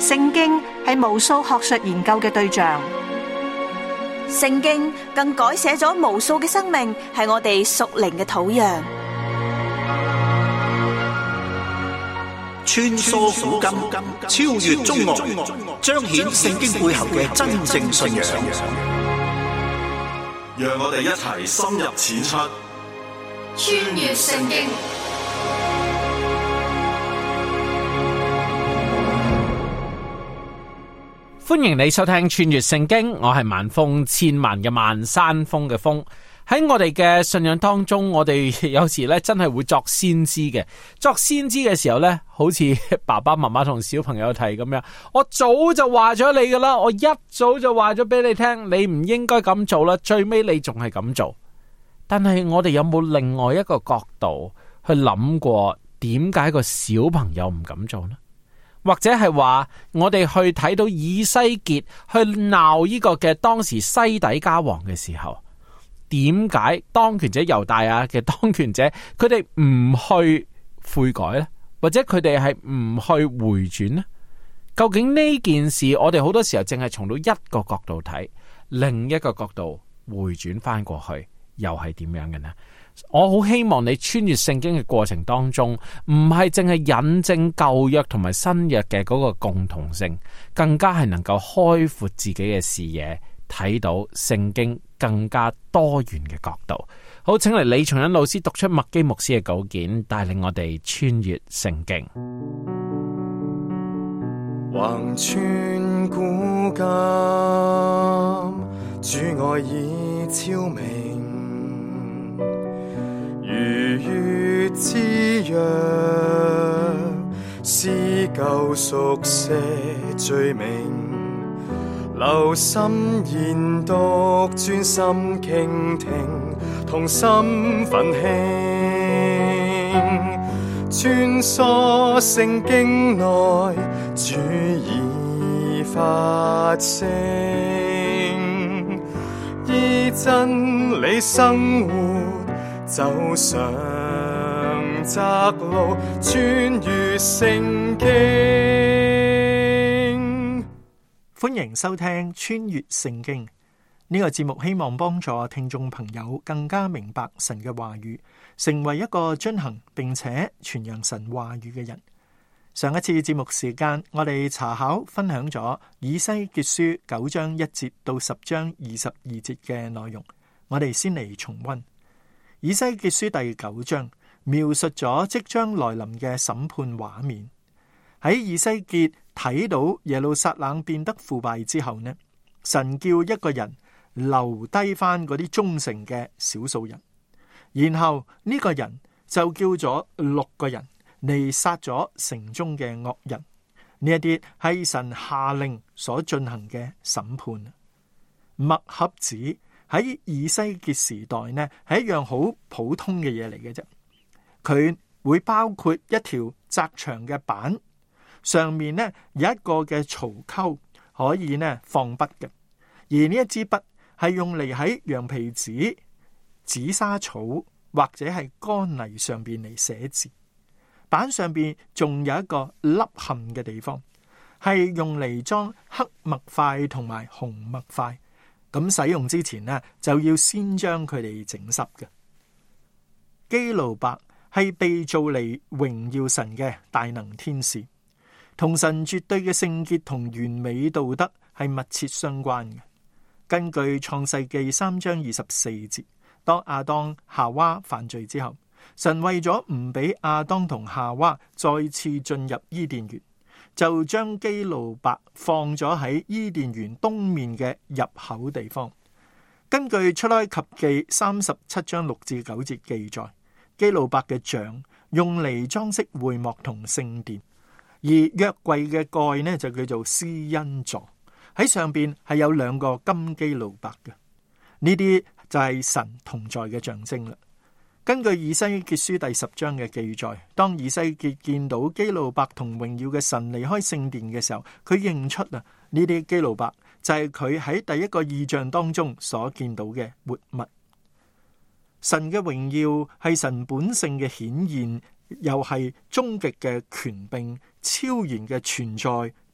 聖經係無數學術研究嘅對象， 聖經更改寫咗無數嘅生命，係我哋屬靈嘅土壤。 穿梭古今，超越中外，彰顯聖經背後嘅真正信仰。 讓我哋一齊深入淺出， 穿越聖經。 歡迎你收聽穿越聖經，我係萬峰，千萬嘅萬，山峰嘅峰。喺我哋嘅信仰當中，我哋有時咧真係會作先知嘅。作先知嘅時候咧，好似爸爸媽媽同小朋友提咁樣，我早就話咗你噶啦，我一早就話咗俾你聽，你唔應該咁做啦，最尾你仲係咁做。但係我哋有冇另外一個角度去諗過，點解個小朋友唔敢做呢？或者係話我哋去睇到以西結去鬧呢個嘅當時西底家王嘅時候，點解當權者猶大亞嘅當權者佢哋唔去悔改呢？或者佢哋係唔去回轉呢？究竟呢件事我哋好多時候淨係從到一個角度睇，另一個角度回轉翻過去又係點樣嘅呢？我好希望你穿越聖經嘅過程當中，唔係淨係引證舊約同埋新約嘅嗰個共同性，更加係能夠開闊自己嘅視野，睇到聖經更加多元嘅角度。好，請嚟李松恩老師讀出麥基牧師嘅稿件，帶領我哋穿越聖經。 橫穿古今，主愛已昭明，如月之約，撕舊熟寫罪名，留心研讀，專心傾聽，同心奮興，穿梭聖經內，主已發聲，依真理生活，走上窄路，穿越聖經。 歡迎收聽穿越聖經呢個節目，希望幫助聽眾朋友更加明白神嘅話語，成為一個遵行並且傳揚神話語嘅人。上一次節目時間，我哋查考分享咗以西結書9章1節到10章22節嘅內容，我哋先嚟重溫。以西結書第9章描述咗即將來臨嘅審判畫面。喺以西結睇到耶路撒冷變得腐敗之後呢，神叫一個人留低翻嗰啲忠誠嘅少數人，然後呢個人就叫咗6個人嚟殺咗城中嘅惡人。呢一啲係神下令所進行嘅審判。麥盒子喺以西結時代呢，係一樣好普通嘅嘢嚟嘅啫。佢會包括一條窄長嘅板，上面呢有一個嘅槽溝，可以呢放筆嘅。而呢一支筆係用嚟喺羊皮紙、紫砂草或者係乾泥上邊嚟寫字。板上邊仲有一個凹陷嘅地方，係用嚟裝黑麥塊同埋紅麥塊。咁使用之前呢，就要先將佢哋整濕嘅。基路伯係被造嚟榮耀神嘅大能天使，同神絕對嘅聖潔同完美道德係密切相關嘅。根據創世記3章24節，當亞當夏娃犯罪之後，神為咗唔俾亞當同夏娃再次進入伊甸園，就將基路伯放咗喺伊甸園東面嘅入口地方。根據出埃及記37章6至9節記載，基路伯嘅像用嚟裝飾會幕同聖殿，而約櫃嘅蓋呢就叫做施恩座，喺上邊係有2個金基路伯嘅。呢啲就係神同在嘅象徵啦。根據以西結書第10章嘅記載，當以西結見到基路伯同榮耀嘅神離開聖殿嘅時候，佢認出呢啲基路伯就係佢喺第一個異象當中所見到嘅活物。神嘅榮耀係神本性嘅顯現，又係終極嘅權柄、超然嘅存在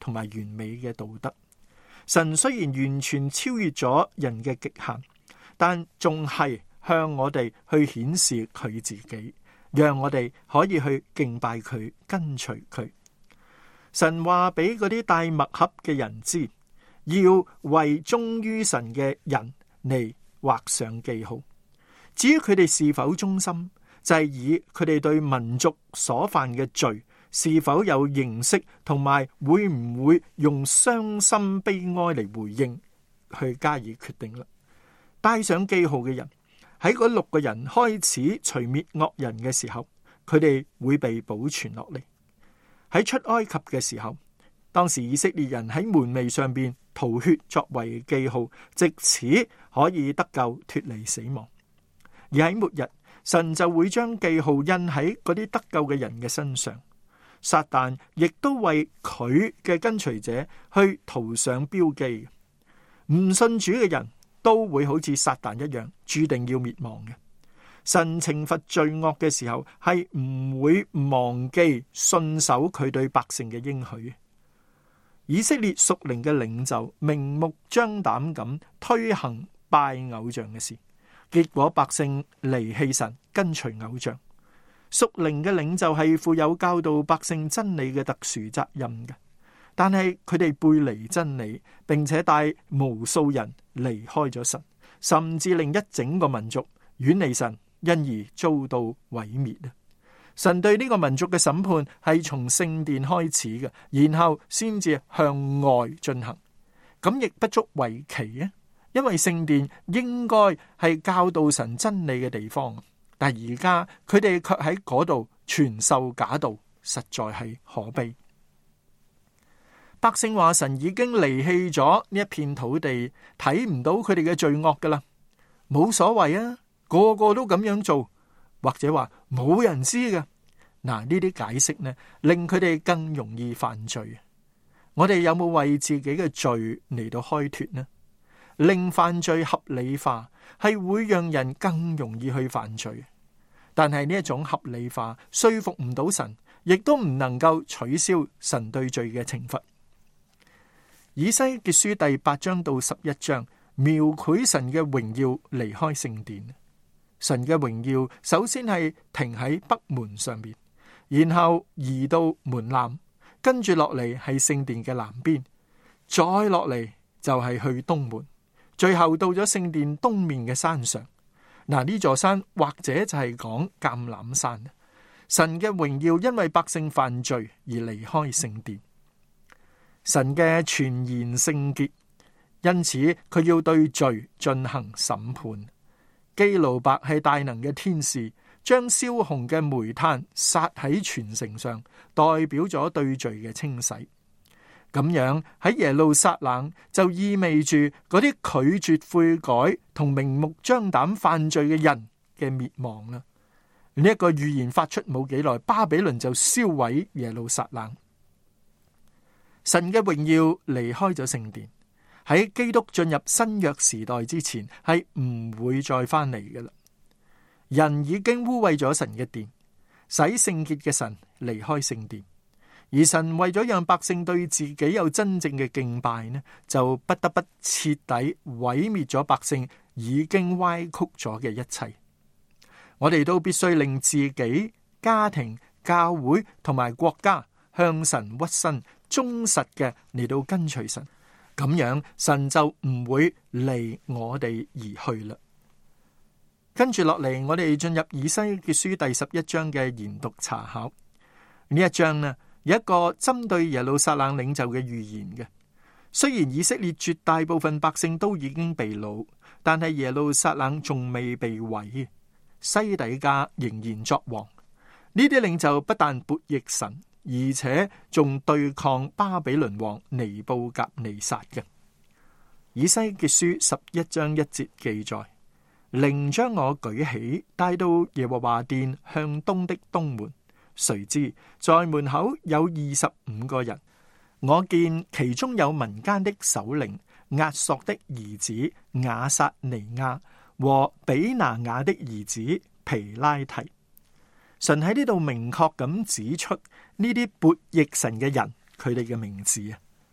同埋完美嘅道德。神雖然完全超越咗人嘅極限，但仲係向我哋去顯示佢自己，讓我哋可以去敬拜佢，跟隨佢。神話俾嗰啲帶墨盒嘅人知，要為忠於神嘅人嚟畫上記號。至於佢哋是否忠心，就係以佢哋對民族所犯嘅罪是否有認識，同埋會唔會用傷心悲哀嚟回應，去加以決定啦。帶上記號嘅人喺嗰6個人開始除滅惡人嘅時候，佢哋會被保存落嚟。喺出埃及嘅時候，當時以色列人喺門楣上邊塗血作為記號，藉此可以得救脫離死亡。而喺末日，神就會將記號印喺嗰啲得救嘅人嘅身上。撒旦亦都為佢嘅跟隨者去塗上標記。唔信主嘅人都會好似撒旦一樣，注定要滅亡嘅。神懲罰罪惡嘅時候，係唔會忘記信守佢對百姓嘅應許。以色列屬靈嘅領袖明目張膽咁推行拜偶像嘅事，結果百姓離棄神，跟隨偶像。屬靈嘅領袖係負有教導百姓真理嘅特殊責任嘅，但係佢哋背離真理，並且帶無數人離開咗神，甚至令一整個民族遠離神，因而遭到毀滅。神對呢個民族嘅審判係從聖殿開始嘅，然後先至向外進行。咁亦不足為奇啊，因為聖殿應該係教導神真理嘅地方。但而家佢哋卻喺嗰度傳授假道，實在係可悲。百姓話神已經離棄咗呢一片土地，睇唔到佢哋嘅罪惡噶啦，冇所謂啊，個個都咁樣做，或者話冇人知嘅。嗱，呢啲解釋呢，令佢哋更容易犯罪。我哋有冇為自己嘅罪嚟到開脫呢？令犯罪合理化，係會讓人更容易去犯罪。但係呢一種合理化說服唔到神，亦都唔能夠取消神對罪嘅懲罰。以西結書第8章到11章描繪神嘅榮耀離開聖殿。神嘅榮耀首先係停喺北門上面，然後移到門檻，跟住落嚟係聖殿嘅南邊，再落嚟就係去東門，最後到咗聖殿東面嘅山上。嗱，呢座山或者就係講橄欖山。神嘅榮耀因為百姓犯罪而離開聖殿。神嘅全然聖潔，因此佢要對罪進行審判。基路伯係大能嘅天使，將燒紅嘅煤炭撒喺全城上，代表咗對罪嘅清洗。咁樣喺耶路撒冷就意味住嗰啲拒絕悔改同明目張膽犯罪嘅人嘅滅亡啦。呢一個預言發出冇幾耐，巴比倫就燒毀耶路撒冷。神嘅榮耀離開咗聖殿，喺基督進入新約時代之前係唔會再翻嚟嘅啦。人已經污穢咗神嘅殿，使聖潔嘅神離開聖殿。而神為咗讓百姓對自己有真正嘅敬拜呢，就不得不徹底毀滅咗百姓已經歪曲咗嘅一切。我哋都必須令自己、家庭、教會同埋國家向神屈身，忠實嘅嚟到跟隨神，咁樣神就唔會離我哋而去啦。跟住落嚟，我哋進入以西結書第11章嘅研讀查考。呢一章呢，有一個針對耶路撒冷領袖嘅預言嘅。雖然以色列絕大部分百姓都已經被擄，但係耶路撒冷仲未被毀，西底家仍然作王。呢啲領袖不但悖逆神，而且仲對抗巴比倫王尼布甲尼撒嘅。以西結書11章1節記載：靈將我舉起，帶到耶和華殿向東的東門。誰知在門口有25個人，我見其中有民間的首領押索的兒子亞撒尼亞和比拿雅的兒子皮拉提。神喺呢度明確咁指出呢啲悖逆神嘅人，佢哋嘅名字啊，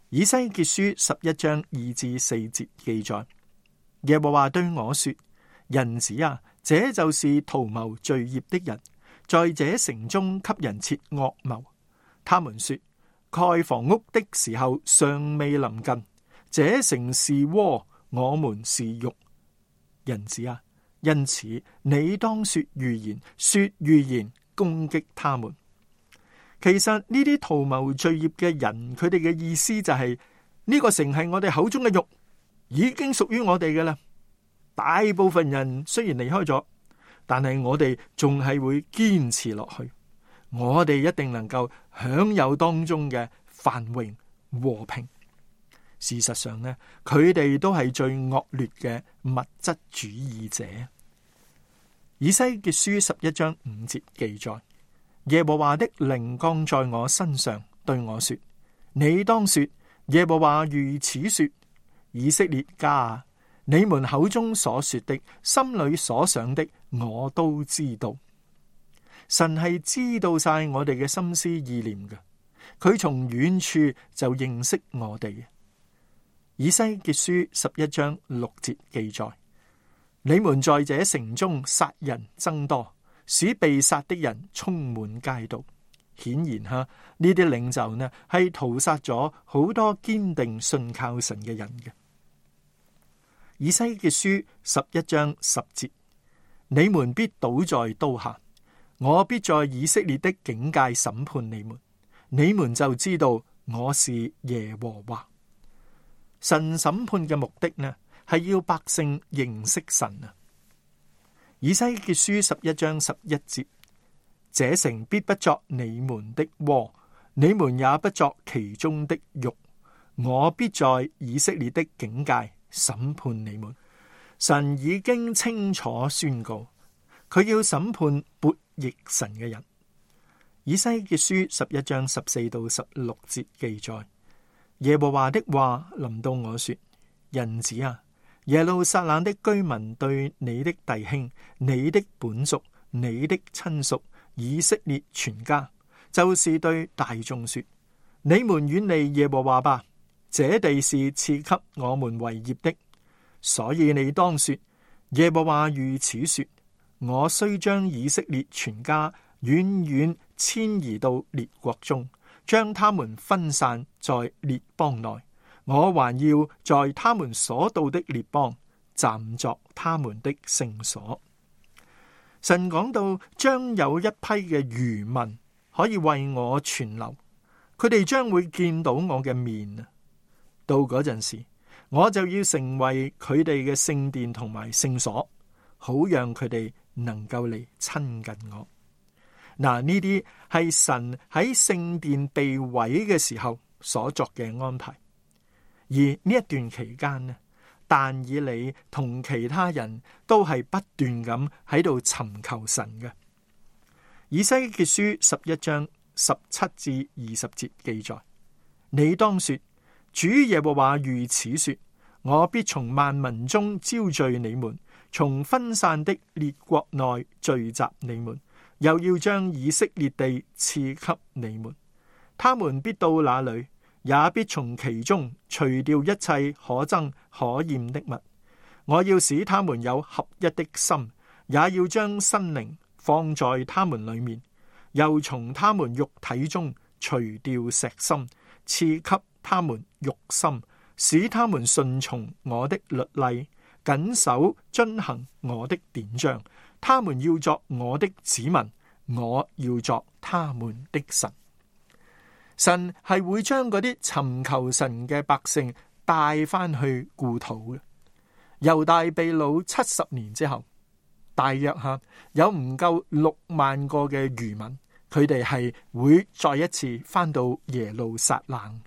以西結書11章2至4節記載，耶和華對我說：人子啊，這就是圖謀罪孽的人，在這城中給人設惡謀。他們說，蓋房屋的時候尚未臨近，這城是窩，我們是肉。人子啊，因此你當說預言，說預言攻擊他們。其實呢啲圖謀罪孽嘅人，佢哋嘅意思就係，呢個城係我哋口中嘅肉，已經屬於我哋嘅啦。大部分人雖然離開咗，但係我哋仲係會堅持落去。我哋一定能夠享有當中嘅繁榮和平。事實上呢，佢哋都係最惡劣嘅物質主義者。以西結書11章5節記載，耶和華的靈降在我身上，對我說：你當說，耶和華如此說，以色列家啊，你們口中所說的，心裏所想的，我都知道。神係知道晒我哋嘅心思意念嘅，佢從遠處就認識我哋。以西結書11章6節記載，你們在這城中殺人增多，使被殺的人充滿街道。顯然呢啲領袖呢係屠殺咗好多堅定信靠神嘅人嘅。以西結書11章10節，你們必倒在刀下，我必在以色列的境界審判你們，你們就知道我是耶和華。神審判嘅目的呢，係要百姓認識神啊。以西結書11章11節，這城必不作你們的窩，你們也不作其中的肉，我必在以色列的境界審判你們。神已經清楚宣告，佢要審判悖逆神嘅人。以西結書11章14到16節記載，耶和華的話臨到我說：人子啊，耶路撒冷的居民對你的弟兄、你的本族、你的親屬以色列全家，就是對大眾說：你們遠離耶和華吧，這地是賜給我們為業的。所以你當說：耶和華如此說，我雖將以色列全家遠遠遷移到列國中，將他們分散在列邦內，我還要在他們所到的列邦暫作他們的聖所。神講到將有一批嘅餘民可以為我存留，佢哋將會見到我嘅面啊！到嗰陣時，我就要成為佢哋嘅聖殿同埋聖所，好讓佢哋能夠嚟親近我。嗱，呢啲係神喺聖殿被毀嘅時候所作嘅安排。而呢一段期間呢，但以理同其他人都係不斷咁喺度尋求神嘅。以西結書11章17至20節記載，你當說：主耶和華如此說，我必從萬民中招聚你們，從分散的列國內聚集你們，又要將以色列地賜給你們。他們必到那裏，也必從其中除掉一切可憎可厭的物。我要使他們有合一的心，也要將新靈放在他們裏面，又從他們肉體中除掉石心，賜給他們肉心，使他們順從我的律例，謹守遵行我的典章。他們要作我的子民，我要作他們的神。神係會將嗰啲尋求神嘅百姓帶翻去故土嘅。猶大被擄70年之後，大約有唔夠6萬個嘅餘民，佢哋係會再一次翻到耶路撒冷，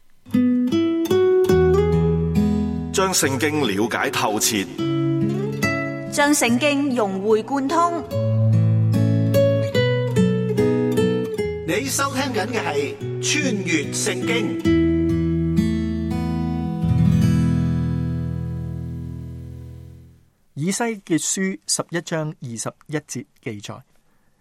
將聖經了解透徹， 將聖經融會貫通。 你收聽緊嘅係穿越聖經。 以西結書11章21節記載，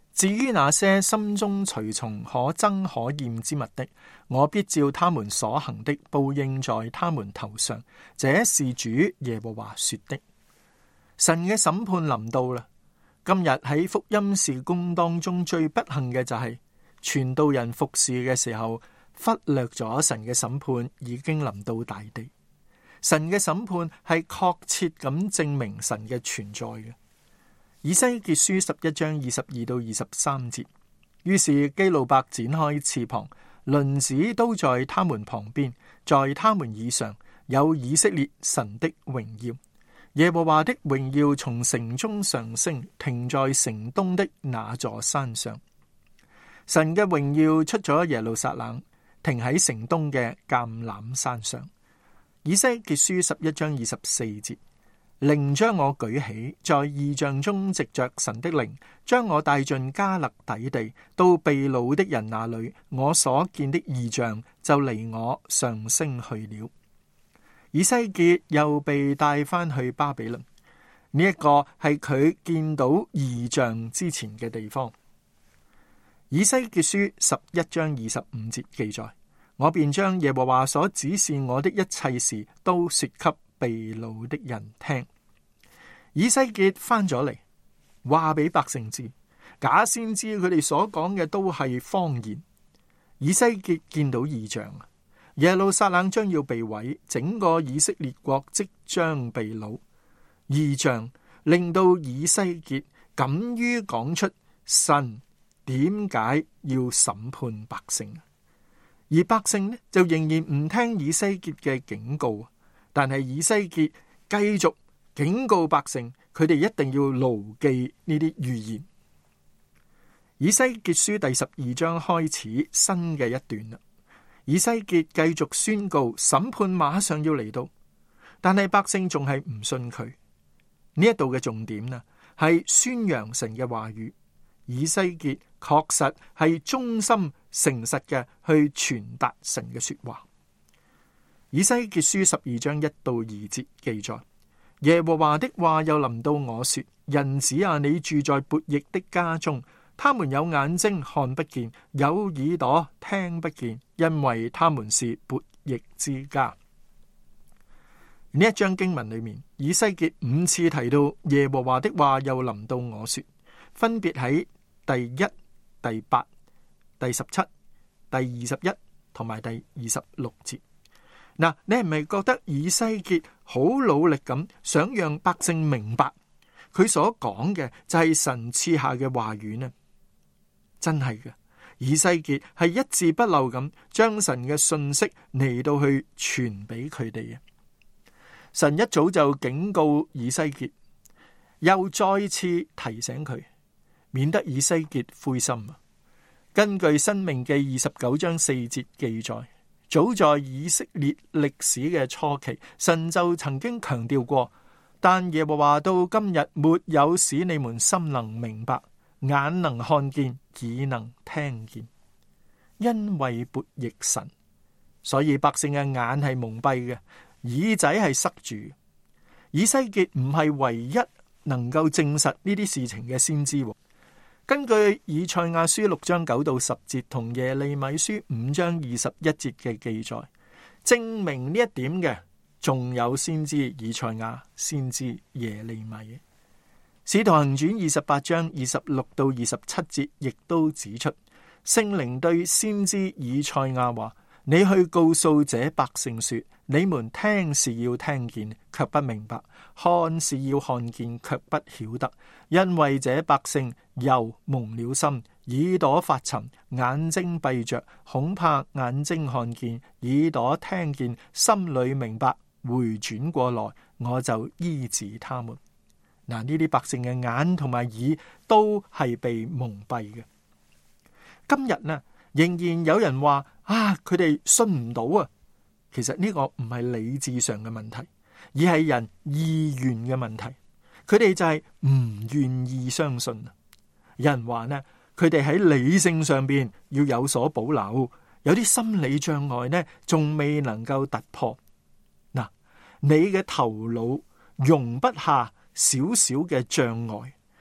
至於那些心中隨從可憎可厭之物的，我必照他們所行的報應在他們頭上。這是主耶和華說的。神嘅審判臨到啦。今日喺福音事工當中最不幸嘅就係傳道人服侍嘅時候忽略咗神嘅審判已經臨到大地。神嘅審判係確切咁證明神嘅存在嘅。以西結書11章22到23節，於是基路伯展開翅膀，輪子都在他們旁邊，在他們以上有以色列神的榮耀。耶和華的榮耀從城中上升，停在城東的那座山上。神嘅榮耀出咗耶路撒冷，停喺城東嘅橄欖山上。以西結書11章24節，靈將我舉起，在異象中藉着神的靈，將我帶進迦勒底地，到被擄的人那裏，我所見的異象就離我上升去了。以西結又被帶翻去巴比倫，呢一個係佢見到異象之前嘅地方。以西結書11章25節記載，我便將耶和華所指示我的一切事都說給被擄的人聽。以西結翻咗嚟，話俾百姓知，假先知佢哋所講嘅都係謊言。以西結見到異象，耶路撒冷將要被毀，整個以色列國即將被擄。異象令到以西結敢於講出神點解要審判百姓，而百姓呢就仍然唔聽以西結嘅警告。但係以西結繼續警告百姓，佢哋一定要牢記呢啲預言。以西結書第12章開始新嘅一段啦。以西結繼續宣告審判馬上要嚟到，但係百姓仲係唔信佢。呢一度嘅重點啊，係宣揚神嘅話語。以西結確實係忠心誠實嘅去傳達神嘅說話。以西結書12章1到2節記載，耶和華的話又臨到我說：人子啊，你住在悖逆的家中，他們有眼睛看不見，有耳朵聽不見，因為他們是悖逆之家。呢一章經文裏面，以西結5次提到耶和華的話又臨到我說，分別喺第1、第8、第17、第21同埋第26節。嗱，你係咪覺得以西結好努力咁想讓百姓明白佢所講嘅就係神賜下嘅話語呢？真係嘅，以西結係一字不漏咁將神嘅信息嚟到去傳俾佢哋嘅。神一早就警告以西結，又再次提醒佢，免得以西結灰心啊。根據申命記29章4節記載，早在以色列歷史嘅初期，神就曾經強調過，但耶和華到今日沒有使你們心能明白，眼能看見，耳能聽見，因為悖逆神，所以百姓嘅眼係蒙蔽嘅，耳仔係塞住。以西結唔係唯一能夠證實呢啲事情嘅先知。根據以賽亞書6章9到10節同耶利米書5章21節嘅記載，證明呢一點嘅仲有先知以賽亞、先知耶利米。使徒行傳28章26到27節亦都指出，聖靈對先知以賽亞話：你去告訴這百姓說，你們聽是要聽見，卻不明白；看是要看見，卻不曉得。因為這百姓又蒙了心，耳朵發沉，眼睛閉着，恐怕眼睛看見，耳朵聽見，心裏明白，回轉過來，我就醫治他們。嗱，呢啲百姓嘅眼同埋耳都係被蒙蔽嘅。今日呢，仍然有人話佢哋信唔到啊。其實呢個唔係理智上嘅問題，而係人意願嘅問題。佢哋就係唔願意相信啊。有人話呢，佢哋喺理性上邊要有所保留，有啲心理障礙呢，仲未能夠突破。嗱，你嘅頭腦容不下少少嘅障礙，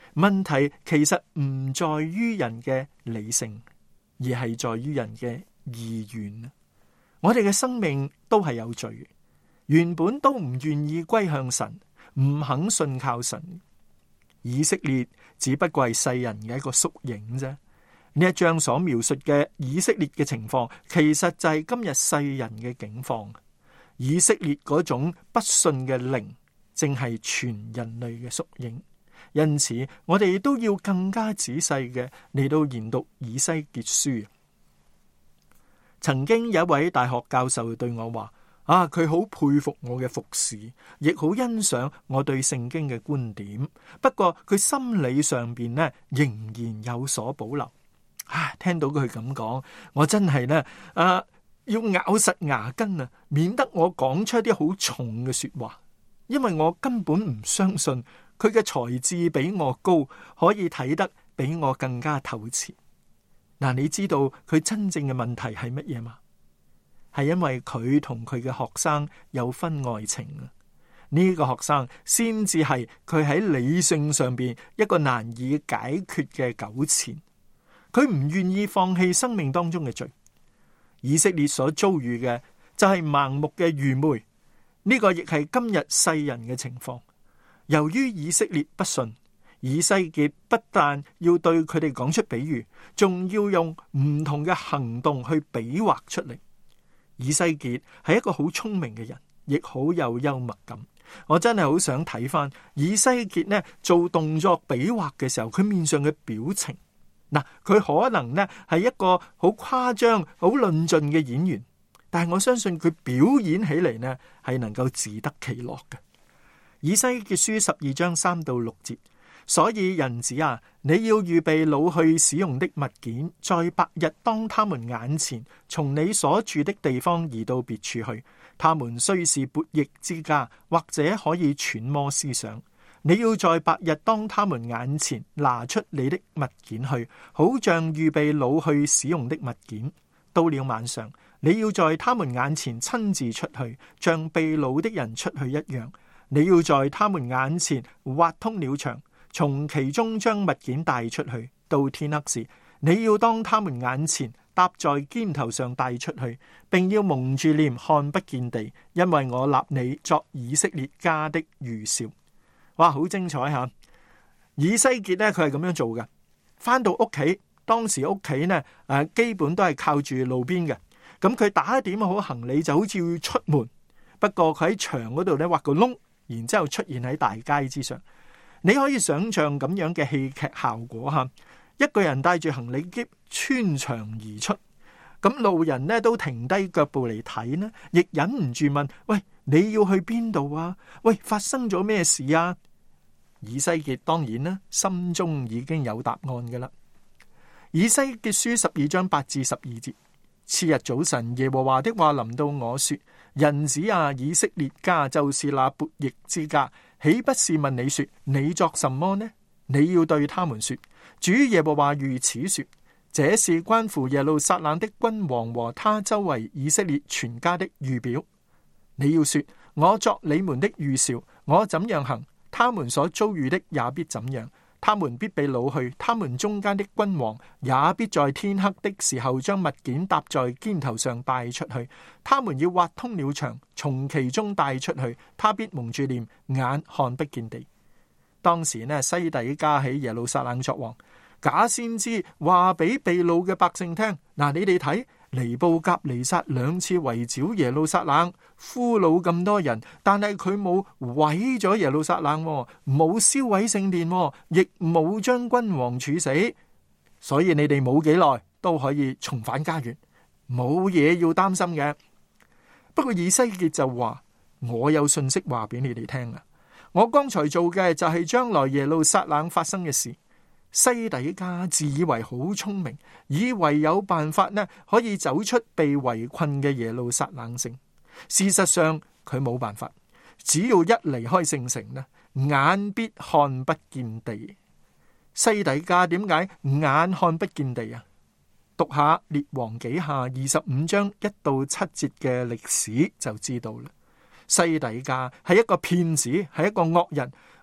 問題其實唔在於人嘅理性，而係在於人嘅意願。我哋嘅生命都係有罪，原本都唔願意歸向神，唔肯信靠神。以色列只不過係世人嘅一個縮影啫。呢一章所描述嘅以色列嘅情況，其實就係今日世人嘅境況。以色列嗰種不信嘅靈，正係全人類嘅縮影。因此，我哋都要更加仔細嘅嚟到研讀以西結書。曾經有一位大學教授對我話：佢好佩服我嘅服侍，亦好欣賞我對聖經嘅觀點。不過佢心理上邊呢，仍然有所保留。聽到佢咁講，我真係呢要咬實牙根啊，免得我講出一啲好重嘅說話，因為我根本唔相信佢嘅才智比我高，可以睇得比我更加透徹。你知道佢真正嘅問題係乜嘢嗎？係因為佢同佢嘅學生有婚外情啊！呢個學生先至係佢喺理性上邊一個難以解決嘅糾纏。佢唔願意放棄生命當中嘅罪。以色列所遭遇嘅就係盲目嘅愚昧，呢個亦係今日世人嘅情況。由於以色列不信，以西結不但要對佢哋講出比喻，仲要用唔同嘅行動去比劃出嚟。以西結係一個好聰明嘅人，亦好有幽默感。我真係好想睇翻以西結呢做動作比劃嘅時候，佢面上嘅表情。佢可能呢係一個好誇張、好論盡嘅演員，但係我相信佢表演起嚟呢係能夠自得其樂嘅。以西結書12章3到6節，所以人子啊，你要預備擄去使用的物件，在白日當他們眼前，從你所住的地方移到別處去。他們雖是悖逆之家，或者可以揣摩思想。你要在白日當他們眼前拿出你的物件去，好像預備擄去使用的物件。到了晚上，你要在他們眼前親自出去，像被擄的人出去一樣。你要在他們眼前挖通了牆，從其中將物件帶出去。到天黑時，你要當他們眼前搭在肩頭上帶出去，並要蒙住臉看不見地，因為我立你作以色列家的預兆。哇，好精彩吓！以西結呢，佢係咁樣做嘅。翻到屋企，當時屋企呢基本都係靠住路邊嘅。咁佢打點好行李，就好似要出門。不過佢喺牆嗰度呢挖個窿，然之後出現喺大街之上。你可以想象咁樣嘅戲劇效果吓。一個人帶住行李篋穿牆而出，咁路人呢都停低腳步嚟睇呢，亦忍唔住問：喂，你要去邊度啊？喂，發生咗咩事啊？以西結當然啦，心中已經有答案㗎喇。以西結書12章8至12節，次日早晨，耶和華的話臨到我說：人子啊，以色列家就是那悖逆之家，豈不是問你說，你作什麼呢？你要對他們說：主耶和華如此說，這是關乎耶路撒冷的君王和他周圍以色列全家的預表。你要說：我作你們的預兆，我怎樣行，他們所遭遇的也必怎樣。他們必被擄去，他們中間的君王也必在天黑的時候將物件搭在肩頭上帶出去。他們要挖通了牆，從其中帶出去，他必蒙住臉，眼看不見地。當時呢，西底家喺耶路撒冷作王，假先知話俾被擄嘅百姓聽：嗱，你哋睇，尼布甲尼撒2次圍剿耶路撒冷，俘虜咁多人，但係佢冇毀咗耶路撒冷，冇燒毀聖殿，亦冇將君王處死，所以你哋冇幾耐都可以重返家園，冇嘢要擔心嘅。不過以西結就話：我有信息話俾你哋聽啊！我剛才做嘅就係將來耶路撒冷發生嘅事。西底家自以為好聰明，以為有辦法呢可以走出被圍困嘅耶路撒冷城。事實上佢冇辦法，只要一離開聖城呢，眼必看不見地。西底家點解眼看不見地啊？讀下列王紀下25章1到7節嘅歷史就知道啦。西底家係一個騙子，係一個惡人，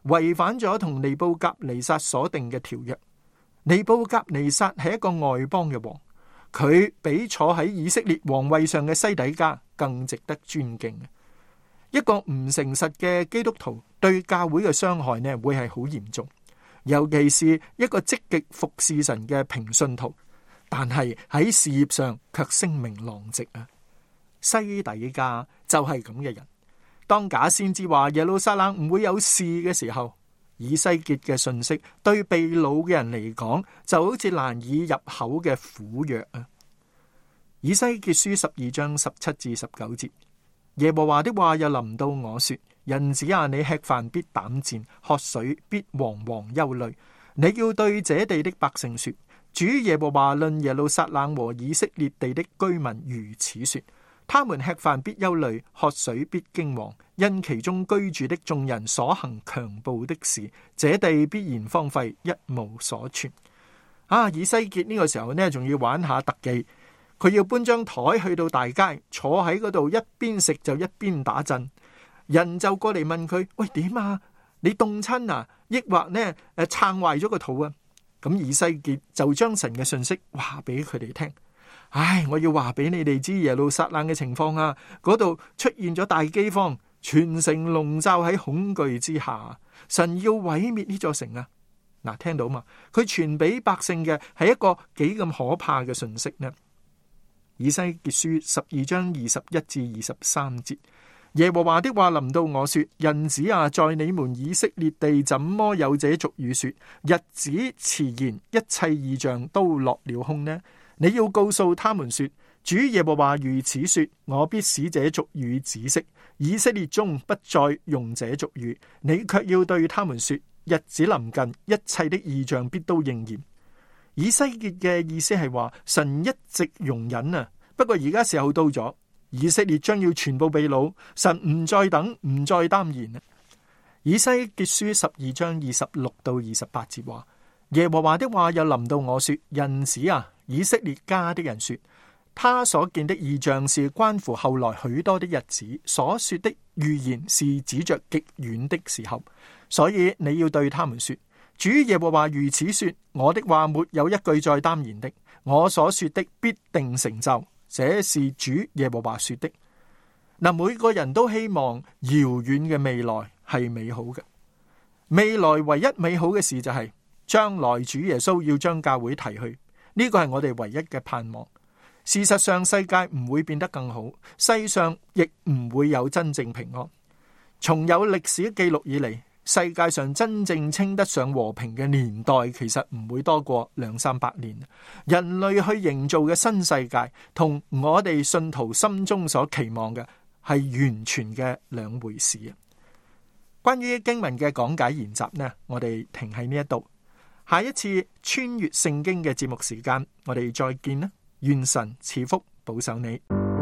違反咗同尼布甲尼撒所定嘅條約。尼布甲尼撒係一個外邦嘅王，佢比坐喺以色列皇位上嘅西底家更值得尊敬。一個唔誠實嘅基督徒對教會嘅傷害呢，會係好嚴重，尤其是一個積極服侍神嘅平信徒，但係喺事業上卻聲名狼藉啊！西底家就係咁嘅人。當假先知話耶路撒冷唔會有事嘅時候，以西結嘅信息對被擄嘅人嚟講就好似難以入口嘅苦藥啊！以西結書12章17至19節，耶和華的話又臨到我說：人子啊，你吃飯必膽戰，喝水必惶惶憂慮。你要對這地的百姓說：主耶和華論耶路撒冷和以色列地的居民如此說：他們吃飯必憂慮，喝水必驚惶，因其中居住的眾人所行強暴的事，這地必然荒廢，一無所存。啊！以西結呢個時候呢，仲要玩下特技，佢要搬張台去到大街，坐喺嗰度一邊食就一邊打震。人就過嚟問佢：喂，點啊？你凍親啊？抑或呢撐壞咗個肚啊？咁以西結就將神嘅信息話俾佢哋聽。唉，我要話俾你哋知耶路撒冷嘅情況啊！嗰度出現咗大饑荒，全城籠罩喺恐懼之下。神要毀滅呢座城啊！嗱，聽到嘛？佢傳俾百姓嘅係一個幾咁可怕嘅信息呢？以西結書12章21至23節，耶和華的話臨到我說：人子啊，在你們以色列地怎麼有這俗語說，日子遲延，一切異象都落了空呢？你要告訴他們說：主耶和華如此說，我必使這俗語止息，以色列中不再用這俗語。你卻要對他們說：日子臨近，一切的異象必都應驗。以西結嘅意思係話，神一直容忍啊，不過而家時候到咗，以色列將要全部被擄，神唔再等，唔再耽延。以西結書12章26到28節話：耶和華的話又臨到我說：人子啊，以色列家的人說，他所見的異象是關乎後來許多的日子，所說的預言是指着極遠的時候，所以你要對他們說：主耶和華如此說，我的話沒有一句再耽延的，我所說的必定成就，這是主耶和華說的。嗱，每個人都希望遙遠嘅未來係美好嘅，未來唯一美好嘅事就係將來主耶穌要將教會提去，呢個係我哋唯一嘅盼望。事實上，世界唔會變得更好，世上亦唔會有真正平安。從有歷史記錄以嚟，世界上真正稱得上和平嘅年代，其實唔會多過200-300年。人類去營造嘅新世界，同我哋信徒心中所期望嘅係完全嘅兩回事啊！關於經文嘅講解研習呢，我哋停喺呢一度。下一次穿越聖經嘅節目時間，我哋再見啦！願神賜福保守你。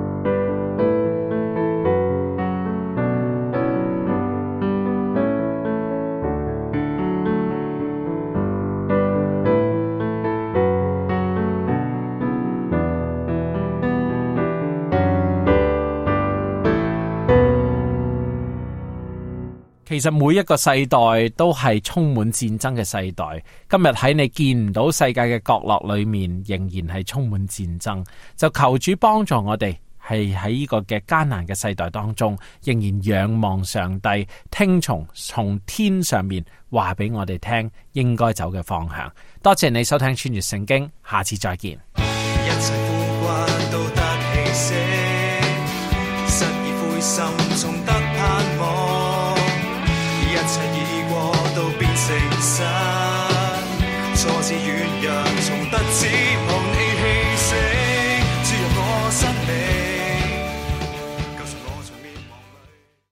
其實每一個世代都係充滿戰爭嘅世代。今日喺你見唔到世界嘅角落裏面，仍然係充滿戰爭。就求主幫助我哋，係喺呢個嘅艱難嘅世代當中，仍然仰望上帝，聽從天上面話俾我哋聽應該走嘅方向。多謝你收聽穿越聖經，下次再見。 一切苦瓜都得氣息，失意灰心總得